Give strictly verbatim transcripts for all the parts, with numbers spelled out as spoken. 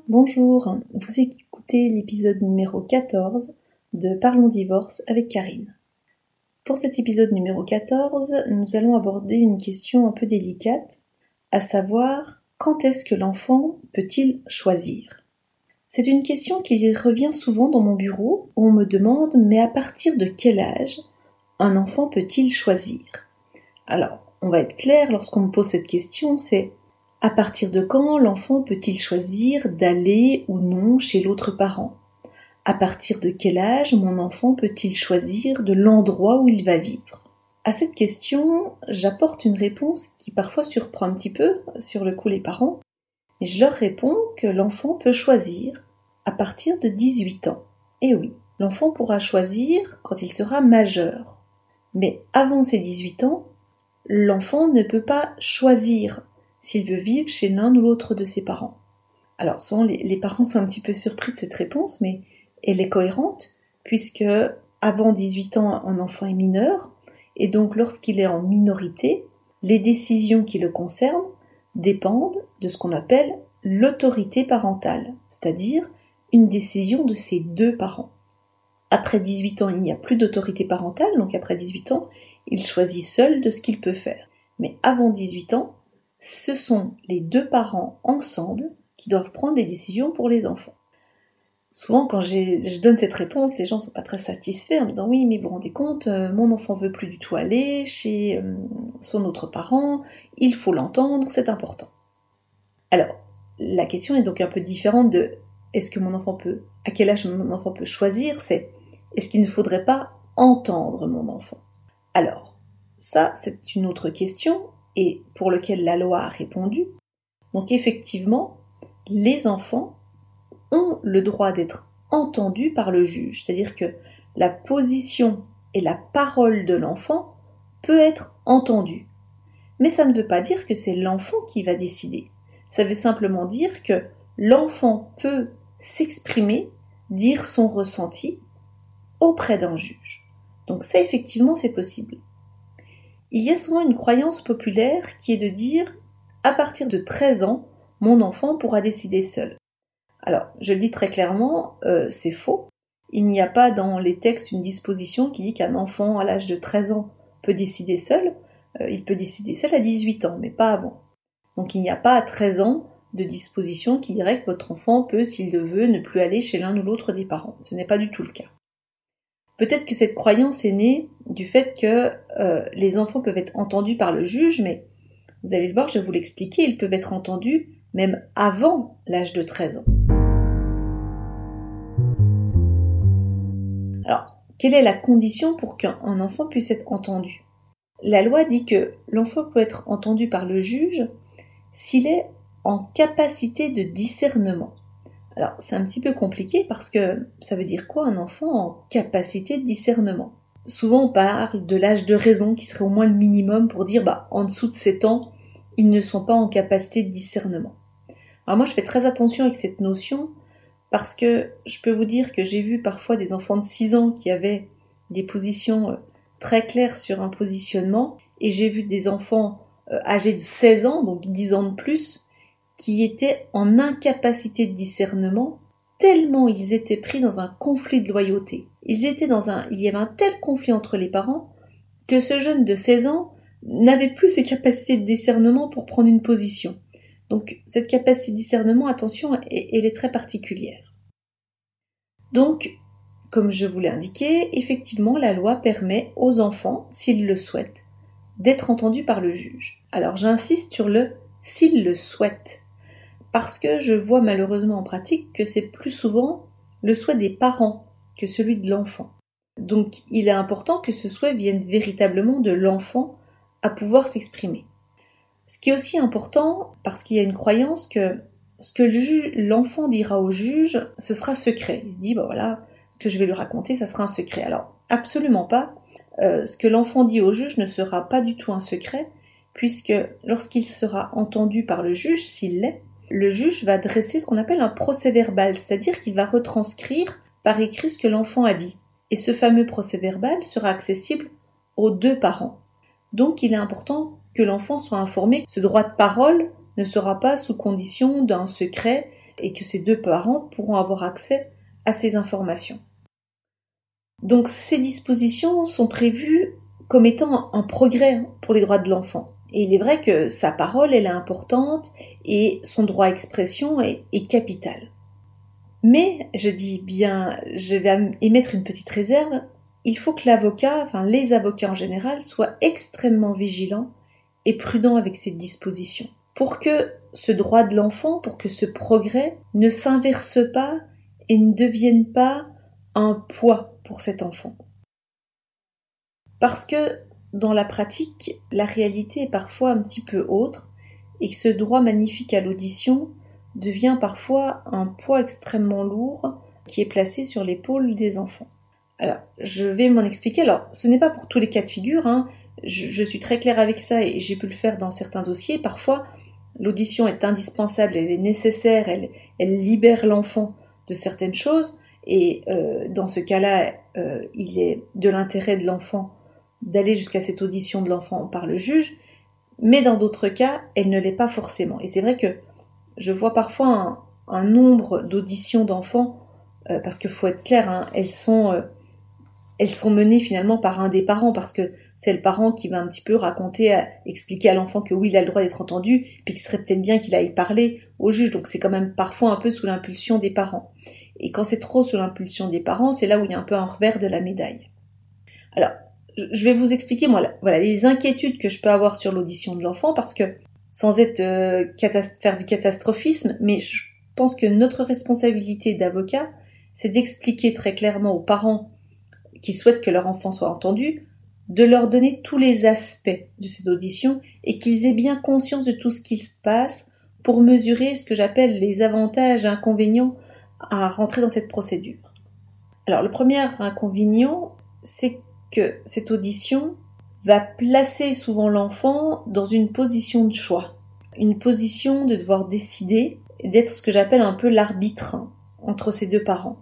Bonjour, vous écoutez l'épisode numéro quatorze de Parlons divorce avec Karine. Pour cet épisode numéro quatorze, nous allons aborder une question un peu délicate, à savoir quand est-ce que l'enfant peut-il choisir ? C'est une question qui revient souvent dans mon bureau où on me demande mais à partir de quel âge un enfant peut-il choisir ? Alors, on va être clair, lorsqu'on me pose cette question, c'est à partir de quand l'enfant peut-il choisir d'aller ou non chez l'autre parent ? À partir de quel âge mon enfant peut-il choisir de l'endroit où il va vivre ? À cette question, j'apporte une réponse qui parfois surprend un petit peu sur le coup les parents, et je leur réponds que l'enfant peut choisir à partir de dix-huit ans. Et oui, l'enfant pourra choisir quand il sera majeur. Mais avant ses dix-huit ans, l'enfant ne peut pas choisir s'il veut vivre chez l'un ou l'autre de ses parents. Alors souvent les, les parents sont un petit peu surpris de cette réponse, mais elle est cohérente, puisque avant dix-huit ans, un enfant est mineur, et donc lorsqu'il est en minorité, les décisions qui le concernent dépendent de ce qu'on appelle l'autorité parentale, c'est-à-dire une décision de ses deux parents. Après dix-huit ans, il n'y a plus d'autorité parentale, donc après dix-huit ans, il choisit seul de ce qu'il peut faire. Mais avant dix-huit ans, ce sont les deux parents ensemble qui doivent prendre les décisions pour les enfants. Souvent, quand j'ai, je donne cette réponse, les gens ne sont pas très satisfaits en me disant « Oui, mais vous vous rendez compte, euh, mon enfant veut plus du tout aller chez euh, son autre parent, il faut l'entendre, c'est important. » Alors, la question est donc un peu différente de « Est-ce que mon enfant peut, à quel âge mon enfant peut choisir ?» C'est « Est-ce qu'il ne faudrait pas entendre mon enfant ?» Alors, ça, c'est une autre question, et pour lequel la loi a répondu. Donc effectivement, les enfants ont le droit d'être entendus par le juge, c'est-à-dire que la position et la parole de l'enfant peut être entendue. Mais ça ne veut pas dire que c'est l'enfant qui va décider. Ça veut simplement dire que l'enfant peut s'exprimer, dire son ressenti auprès d'un juge. Donc ça, effectivement, c'est possible. Il y a souvent une croyance populaire qui est de dire « à partir de treize ans, mon enfant pourra décider seul ». Alors, je le dis très clairement, euh, c'est faux. Il n'y a pas dans les textes une disposition qui dit qu'un enfant à l'âge de treize ans peut décider seul. Euh, il peut décider seul à dix-huit ans, mais pas avant. Donc il n'y a pas à treize ans de disposition qui dirait que votre enfant peut, s'il le veut, ne plus aller chez l'un ou l'autre des parents. Ce n'est pas du tout le cas. Peut-être que cette croyance est née du fait que euh, les enfants peuvent être entendus par le juge, mais vous allez le voir, je vais vous l'expliquer, ils peuvent être entendus même avant l'âge de treize ans. Alors, quelle est la condition pour qu'un enfant puisse être entendu ? La loi dit que l'enfant peut être entendu par le juge s'il est en capacité de discernement. Alors, c'est un petit peu compliqué parce que ça veut dire quoi un enfant en capacité de discernement ? Souvent, on parle de l'âge de raison qui serait au moins le minimum pour dire bah, en dessous de sept ans, ils ne sont pas en capacité de discernement. Alors moi, je fais très attention avec cette notion parce que je peux vous dire que j'ai vu parfois des enfants de six ans qui avaient des positions très claires sur un positionnement et j'ai vu des enfants âgés de seize ans, donc dix ans de plus, qui étaient en incapacité de discernement tellement ils étaient pris dans un conflit de loyauté. Ils étaient dans un, il y avait un tel conflit entre les parents que ce jeune de seize ans n'avait plus ses capacités de discernement pour prendre une position. Donc cette capacité de discernement, attention, elle est très particulière. Donc, comme je vous l'ai indiqué, effectivement la loi permet aux enfants, s'ils le souhaitent, d'être entendus par le juge. Alors j'insiste sur le « s'ils le souhaitent ». Parce que je vois malheureusement en pratique que c'est plus souvent le souhait des parents que celui de l'enfant. Donc il est important que ce souhait vienne véritablement de l'enfant à pouvoir s'exprimer. Ce qui est aussi important, parce qu'il y a une croyance que ce que le juge, l'enfant dira au juge, ce sera secret. Il se dit, bah voilà, ce que je vais lui raconter, ça sera un secret. Alors, absolument pas. Euh, ce que l'enfant dit au juge ne sera pas du tout un secret, puisque lorsqu'il sera entendu par le juge, s'il l'est, le juge va dresser ce qu'on appelle un procès-verbal, c'est-à-dire qu'il va retranscrire par écrit ce que l'enfant a dit. Et ce fameux procès-verbal sera accessible aux deux parents. Donc il est important que l'enfant soit informé que ce droit de parole ne sera pas sous condition d'un secret et que ces deux parents pourront avoir accès à ces informations. Donc ces dispositions sont prévues comme étant un progrès pour les droits de l'enfant. Et il est vrai que sa parole, elle est importante et son droit à expression est, est capital. Mais, je dis bien, je vais émettre une petite réserve, il faut que l'avocat, enfin les avocats en général, soient extrêmement vigilants et prudents avec ces dispositions, pour que ce droit de l'enfant, pour que ce progrès ne s'inverse pas et ne devienne pas un poids pour cet enfant. Parce que dans la pratique, la réalité est parfois un petit peu autre et que ce droit magnifique à l'audition devient parfois un poids extrêmement lourd qui est placé sur l'épaule des enfants. Alors, je vais m'en expliquer. Alors, ce n'est pas pour tous les cas de figure, hein. je, je suis très claire avec ça et j'ai pu le faire dans certains dossiers. Parfois, l'audition est indispensable, elle est nécessaire, elle, elle libère l'enfant de certaines choses et euh, dans ce cas-là, euh, il est de l'intérêt de l'enfant d'aller jusqu'à cette audition de l'enfant par le juge, mais dans d'autres cas, elle ne l'est pas forcément. Et c'est vrai que je vois parfois un, un nombre d'auditions d'enfants, euh, parce qu'il faut être clair, hein, elles sont, euh, elles sont menées finalement par un des parents, parce que c'est le parent qui va un petit peu raconter, à, expliquer à l'enfant que oui, il a le droit d'être entendu, puis qu'il serait peut-être bien qu'il aille parler au juge. Donc c'est quand même parfois un peu sous l'impulsion des parents. Et quand c'est trop sous l'impulsion des parents, c'est là où il y a un peu un revers de la médaille. Alors, je vais vous expliquer, moi, voilà, les inquiétudes que je peux avoir sur l'audition de l'enfant, parce que, sans être euh, catast- faire du catastrophisme, mais je pense que notre responsabilité d'avocat, c'est d'expliquer très clairement aux parents qui souhaitent que leur enfant soit entendu, de leur donner tous les aspects de cette audition et qu'ils aient bien conscience de tout ce qui se passe pour mesurer ce que j'appelle les avantages et inconvénients à rentrer dans cette procédure. Alors, le premier inconvénient, c'est que cette audition va placer souvent l'enfant dans une position de choix, une position de devoir décider, d'être ce que j'appelle un peu l'arbitre entre ces deux parents.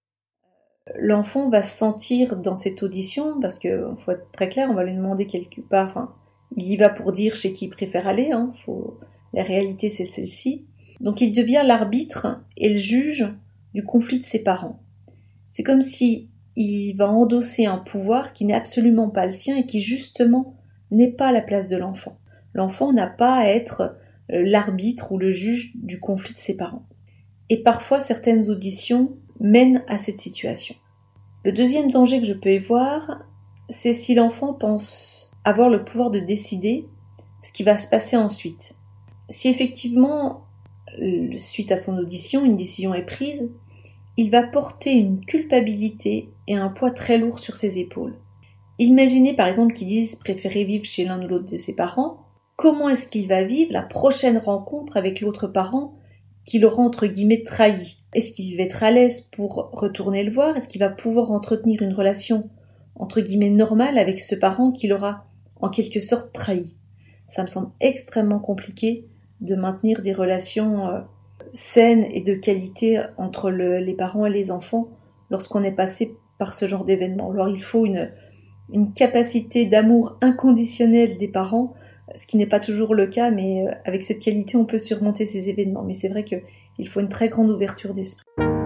L'enfant va se sentir dans cette audition, parce que faut être très clair, on va lui demander quelque part, enfin, il y va pour dire chez qui il préfère aller, hein, faut, la réalité c'est celle-ci. Donc il devient l'arbitre et le juge du conflit de ses parents. C'est comme si il va endosser un pouvoir qui n'est absolument pas le sien et qui justement n'est pas à la place de l'enfant. L'enfant n'a pas à être l'arbitre ou le juge du conflit de ses parents. Et parfois, certaines auditions mènent à cette situation. Le deuxième danger que je peux y voir, c'est si l'enfant pense avoir le pouvoir de décider ce qui va se passer ensuite. Si effectivement, suite à son audition, une décision est prise, il va porter une culpabilité et un poids très lourd sur ses épaules. Imaginez par exemple qu'il dise préférer vivre chez l'un ou l'autre de ses parents. Comment est-ce qu'il va vivre la prochaine rencontre avec l'autre parent qui l'aura entre guillemets trahi? Est-ce qu'il va être à l'aise pour retourner le voir? Est-ce qu'il va pouvoir entretenir une relation entre guillemets normale avec ce parent qui l'aura en quelque sorte trahi? Ça me semble extrêmement compliqué de maintenir des relations euh, saines et de qualité entre le, les parents et les enfants lorsqu'on est passé par ce genre d'événement. Alors il faut une, une capacité d'amour inconditionnel des parents, ce qui n'est pas toujours le cas, mais avec cette qualité on peut surmonter ces événements. Mais c'est vrai qu'il faut une très grande ouverture d'esprit.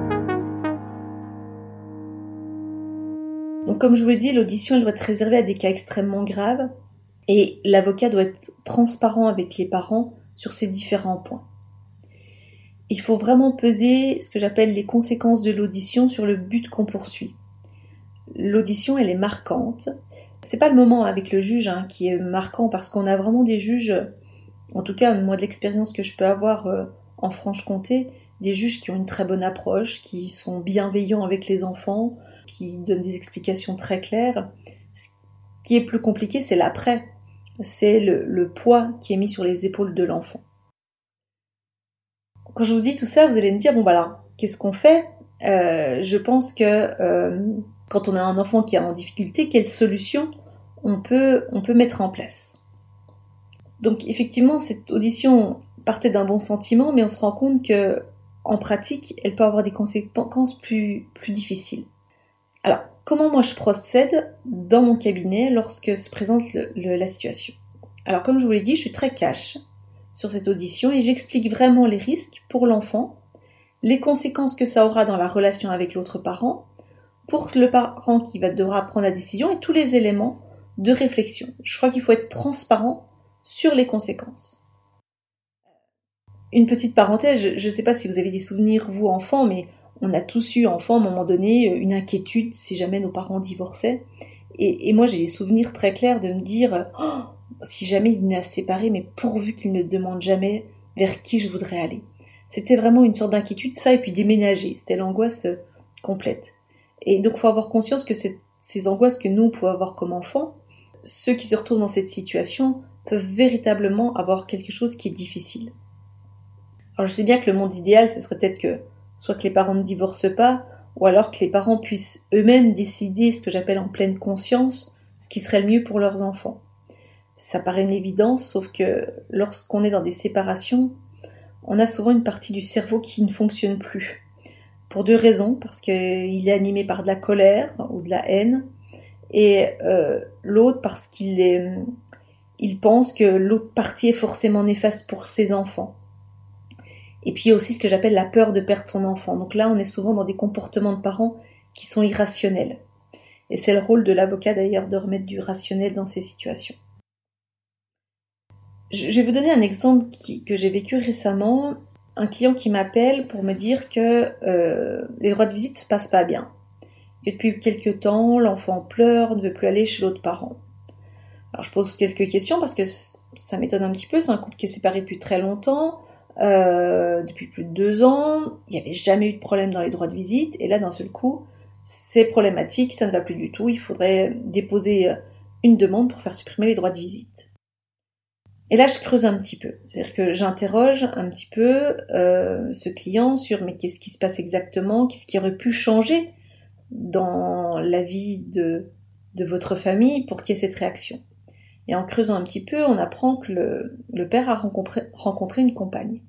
Donc comme je vous l'ai dit, l'audition elle doit être réservée à des cas extrêmement graves et l'avocat doit être transparent avec les parents sur ces différents points. Il faut vraiment peser ce que j'appelle les conséquences de l'audition sur le but qu'on poursuit. L'audition, elle est marquante. C'est pas le moment avec le juge hein, qui est marquant parce qu'on a vraiment des juges, en tout cas moi de l'expérience que je peux avoir euh, en Franche-Comté, des juges qui ont une très bonne approche, qui sont bienveillants avec les enfants, qui donnent des explications très claires. Ce qui est plus compliqué, c'est l'après. C'est le, le poids qui est mis sur les épaules de l'enfant. Quand je vous dis tout ça, vous allez me dire, bon bah là, qu'est-ce qu'on fait ? euh, Je pense que euh, quand on a un enfant qui est en difficulté, quelle solution on peut, on peut mettre en place ? Donc effectivement, cette audition partait d'un bon sentiment, mais on se rend compte que en pratique, elle peut avoir des conséquences plus, plus difficiles. Alors, comment moi je procède dans mon cabinet lorsque se présente le, le, la situation ? Alors comme je vous l'ai dit, je suis très cash sur cette audition et j'explique vraiment les risques pour l'enfant les conséquences que ça aura dans la relation avec l'autre parent, pour le parent qui va devra prendre la décision et tous les éléments de réflexion. Je crois qu'il faut être transparent sur les conséquences. Une petite parenthèse, je ne sais pas si vous avez des souvenirs, vous, enfants, mais on a tous eu, enfants, à un moment donné, une inquiétude si jamais nos parents divorçaient. Et, et moi, j'ai des souvenirs très clairs de me dire, oh, si jamais il n'est séparé, mais pourvu qu'il ne demande jamais vers qui je voudrais aller. C'était vraiment une sorte d'inquiétude, ça, et puis déménager. C'était l'angoisse complète. Et donc, il faut avoir conscience que c'est, ces angoisses que nous, on peut avoir comme enfants, ceux qui se retrouvent dans cette situation peuvent véritablement avoir quelque chose qui est difficile. Alors, je sais bien que le monde idéal, ce serait peut-être que, soit que les parents ne divorcent pas, ou alors que les parents puissent eux-mêmes décider ce que j'appelle en pleine conscience, ce qui serait le mieux pour leurs enfants. Ça paraît une évidence, sauf que lorsqu'on est dans des séparations, on a souvent une partie du cerveau qui ne fonctionne plus. Pour deux raisons, parce qu'il est animé par de la colère ou de la haine, et euh, l'autre parce qu'il est, il pense que l'autre partie est forcément néfaste pour ses enfants. Et puis il y a aussi ce que j'appelle la peur de perdre son enfant. Donc là, on est souvent dans des comportements de parents qui sont irrationnels. Et c'est le rôle de l'avocat d'ailleurs de remettre du rationnel dans ces situations. Je vais vous donner un exemple qui, que j'ai vécu récemment. Un client qui m'appelle pour me dire que euh, les droits de visite ne se passent pas bien. Et depuis quelques temps, l'enfant pleure, ne veut plus aller chez l'autre parent. Alors je pose quelques questions parce que ça m'étonne un petit peu. C'est un couple qui est séparé depuis très longtemps, euh, depuis plus de deux ans. Il n'y avait jamais eu de problème dans les droits de visite. Et là, d'un seul coup, c'est problématique, ça ne va plus du tout. Il faudrait déposer une demande pour faire supprimer les droits de visite. Et là, je creuse un petit peu. C'est-à-dire que j'interroge un petit peu euh, ce client sur mais qu'est-ce qui se passe exactement, qu'est-ce qui aurait pu changer dans la vie de, de votre famille pour qu'il y ait cette réaction. Et en creusant un petit peu, on apprend que le, le père a rencontré, rencontré une compagne.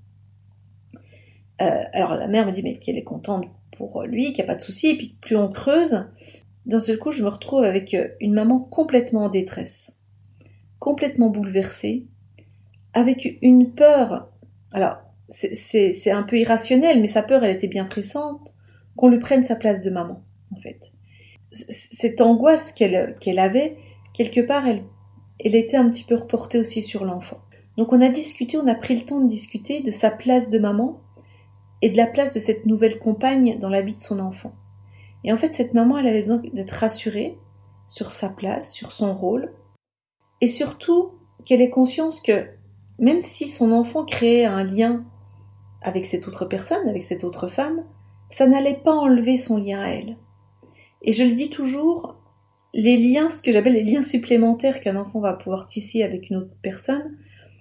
Euh, alors la mère me dit mais qu'elle est contente pour lui, qu'il n'y a pas de souci. Et puis plus on creuse, d'un seul coup, je me retrouve avec une maman complètement en détresse, complètement bouleversée, avec une peur, alors c'est, c'est, c'est un peu irrationnel, mais sa peur elle était bien pressante, qu'on lui prenne sa place de maman, en fait. C- cette angoisse qu'elle, qu'elle avait, quelque part, elle, elle était un petit peu reportée aussi sur l'enfant. Donc on a discuté, on a pris le temps de discuter de sa place de maman et de la place de cette nouvelle compagne dans la vie de son enfant. Et en fait, cette maman, elle avait besoin d'être rassurée sur sa place, sur son rôle, et surtout qu'elle ait conscience que même si son enfant créait un lien avec cette autre personne, avec cette autre femme, ça n'allait pas enlever son lien à elle. Et je le dis toujours, les liens, ce que j'appelle les liens supplémentaires qu'un enfant va pouvoir tisser avec une autre personne,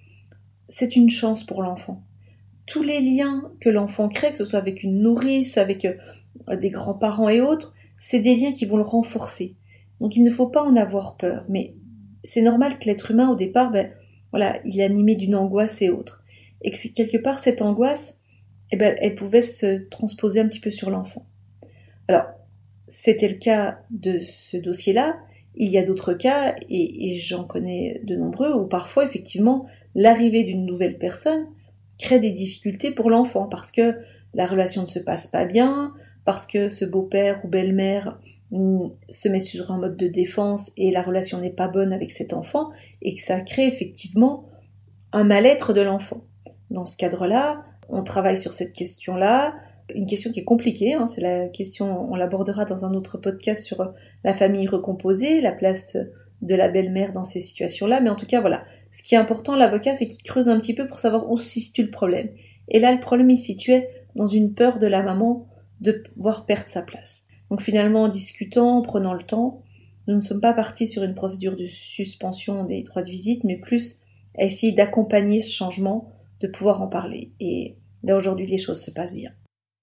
c'est une chance pour l'enfant. Tous les liens que l'enfant crée, que ce soit avec une nourrice, avec euh, des grands-parents et autres, c'est des liens qui vont le renforcer. Donc il ne faut pas en avoir peur. Mais c'est normal que l'être humain, au départ, ben, voilà, il est animé d'une angoisse et autres. Et que quelque part, cette angoisse, eh ben, elle pouvait se transposer un petit peu sur l'enfant. Alors, c'était le cas de ce dossier-là. Il y a d'autres cas, et, et j'en connais de nombreux, où parfois, effectivement, l'arrivée d'une nouvelle personne crée des difficultés pour l'enfant, parce que la relation ne se passe pas bien, parce que ce beau-père ou belle-mère se met sur un mode de défense et la relation n'est pas bonne avec cet enfant, et que ça crée effectivement un mal-être de l'enfant. Dans ce cadre-là, on travaille sur cette question-là, une question qui est compliquée, hein, c'est la question, on l'abordera dans un autre podcast sur la famille recomposée, la place de la belle-mère dans ces situations-là, mais en tout cas, voilà. Ce qui est important, l'avocat, c'est qu'il creuse un petit peu pour savoir où se situe le problème. Et là, le problème, il se situait dans une peur de la maman de pouvoir perdre sa place. Donc finalement, en discutant, en prenant le temps, nous ne sommes pas partis sur une procédure de suspension des droits de visite, mais plus à essayer d'accompagner ce changement, de pouvoir en parler. Et là, aujourd'hui, les choses se passent bien.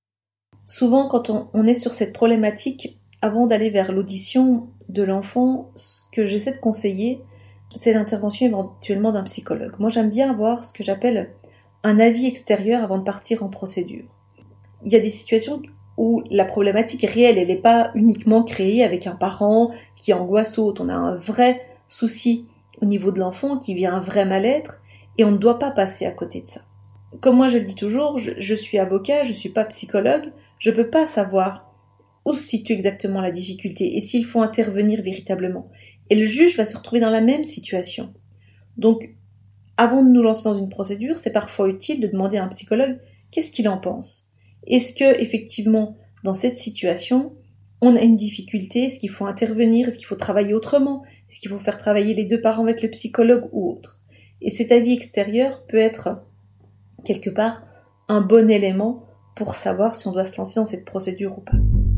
Souvent, quand on, on est sur cette problématique, avant d'aller vers l'audition de l'enfant, ce que j'essaie de conseiller, c'est l'intervention éventuellement d'un psychologue. Moi, j'aime bien avoir ce que j'appelle un avis extérieur avant de partir en procédure. Il y a des situations où la problématique réelle, elle n'est pas uniquement créée avec un parent qui angoisse ou autre. On a un vrai souci au niveau de l'enfant qui vient un vrai mal-être et on ne doit pas passer à côté de ça. comme moi je le dis toujours, je, je suis avocat, je suis pas psychologue, je peux pas savoir où se situe exactement la difficulté et s'il faut intervenir véritablement. Et le juge va se retrouver dans la même situation. Donc, avant de nous lancer dans une procédure, c'est parfois utile de demander à un psychologue qu'est-ce qu'il en pense. Est-ce que, effectivement, dans cette situation, on a une difficulté? Est-ce qu'il faut intervenir? Est-ce qu'il faut travailler autrement? Est-ce qu'il faut faire travailler les deux parents avec le psychologue ou autre? Et cet avis extérieur peut être, quelque part, un bon élément pour savoir si on doit se lancer dans cette procédure ou pas.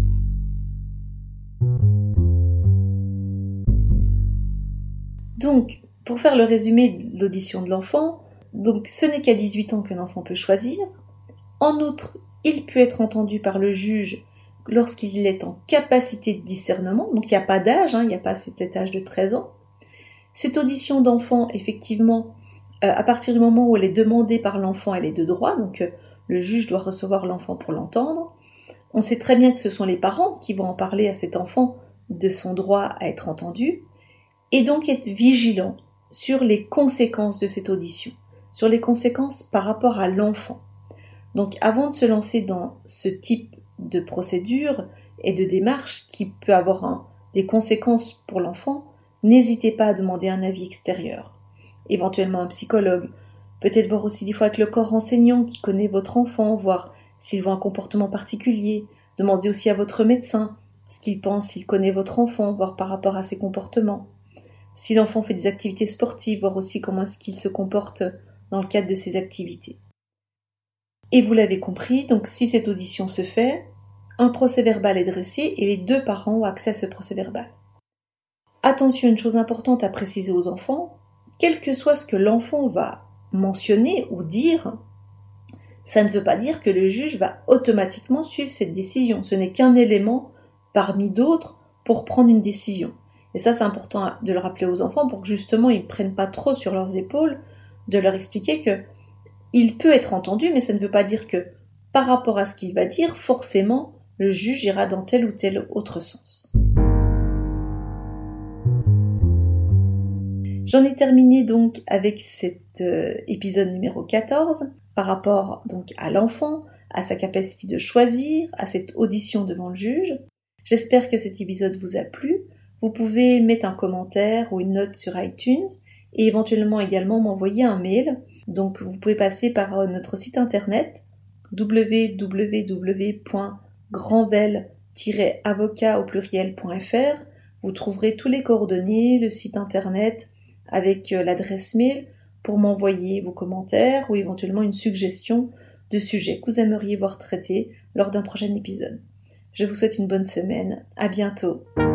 Donc, pour faire le résumé de l'audition de l'enfant, donc ce n'est qu'à dix-huit ans qu'un enfant peut choisir. En outre, il peut être entendu par le juge lorsqu'il est en capacité de discernement, donc il n'y a pas d'âge, hein, il n'y a pas cet âge de treize ans. Cette audition d'enfant, effectivement, euh, à partir du moment où elle est demandée par l'enfant, elle est de droit, donc euh, le juge doit recevoir l'enfant pour l'entendre. On sait très bien que ce sont les parents qui vont en parler à cet enfant de son droit à être entendu, et donc être vigilant sur les conséquences de cette audition, sur les conséquences par rapport à l'enfant. Donc avant de se lancer dans ce type de procédure et de démarche qui peut avoir un, des conséquences pour l'enfant, n'hésitez pas à demander un avis extérieur, éventuellement un psychologue, peut-être voir aussi des fois avec le corps enseignant qui connaît votre enfant, voir s'il voit un comportement particulier, demandez aussi à votre médecin ce qu'il pense, s'il connaît votre enfant, voir par rapport à ses comportements. Si l'enfant fait des activités sportives, voir aussi comment est-ce qu'il se comporte dans le cadre de ces activités. Et vous l'avez compris, donc si cette audition se fait, un procès-verbal est dressé et les deux parents ont accès à ce procès-verbal. Attention, une chose importante à préciser aux enfants, quel que soit ce que l'enfant va mentionner ou dire, ça ne veut pas dire que le juge va automatiquement suivre cette décision. Ce n'est qu'un élément parmi d'autres pour prendre une décision. Et ça, c'est important de le rappeler aux enfants pour que justement ils ne prennent pas trop sur leurs épaules, de leur expliquer que il peut être entendu, mais ça ne veut pas dire que par rapport à ce qu'il va dire, forcément, le juge ira dans tel ou tel autre sens. J'en ai terminé donc avec cet euh, épisode numéro quatorze par rapport donc à l'enfant, à sa capacité de choisir, à cette audition devant le juge. J'espère que cet épisode vous a plu. Vous pouvez mettre un commentaire ou une note sur iTunes et éventuellement également m'envoyer un mail. Donc vous pouvez passer par notre site internet w w w point grandvel tiret avocat au pluriel point f r. Vous trouverez tous les coordonnées, le site internet avec l'adresse mail pour m'envoyer vos commentaires ou éventuellement une suggestion de sujet que vous aimeriez voir traité lors d'un prochain épisode. Je vous souhaite une bonne semaine. À bientôt.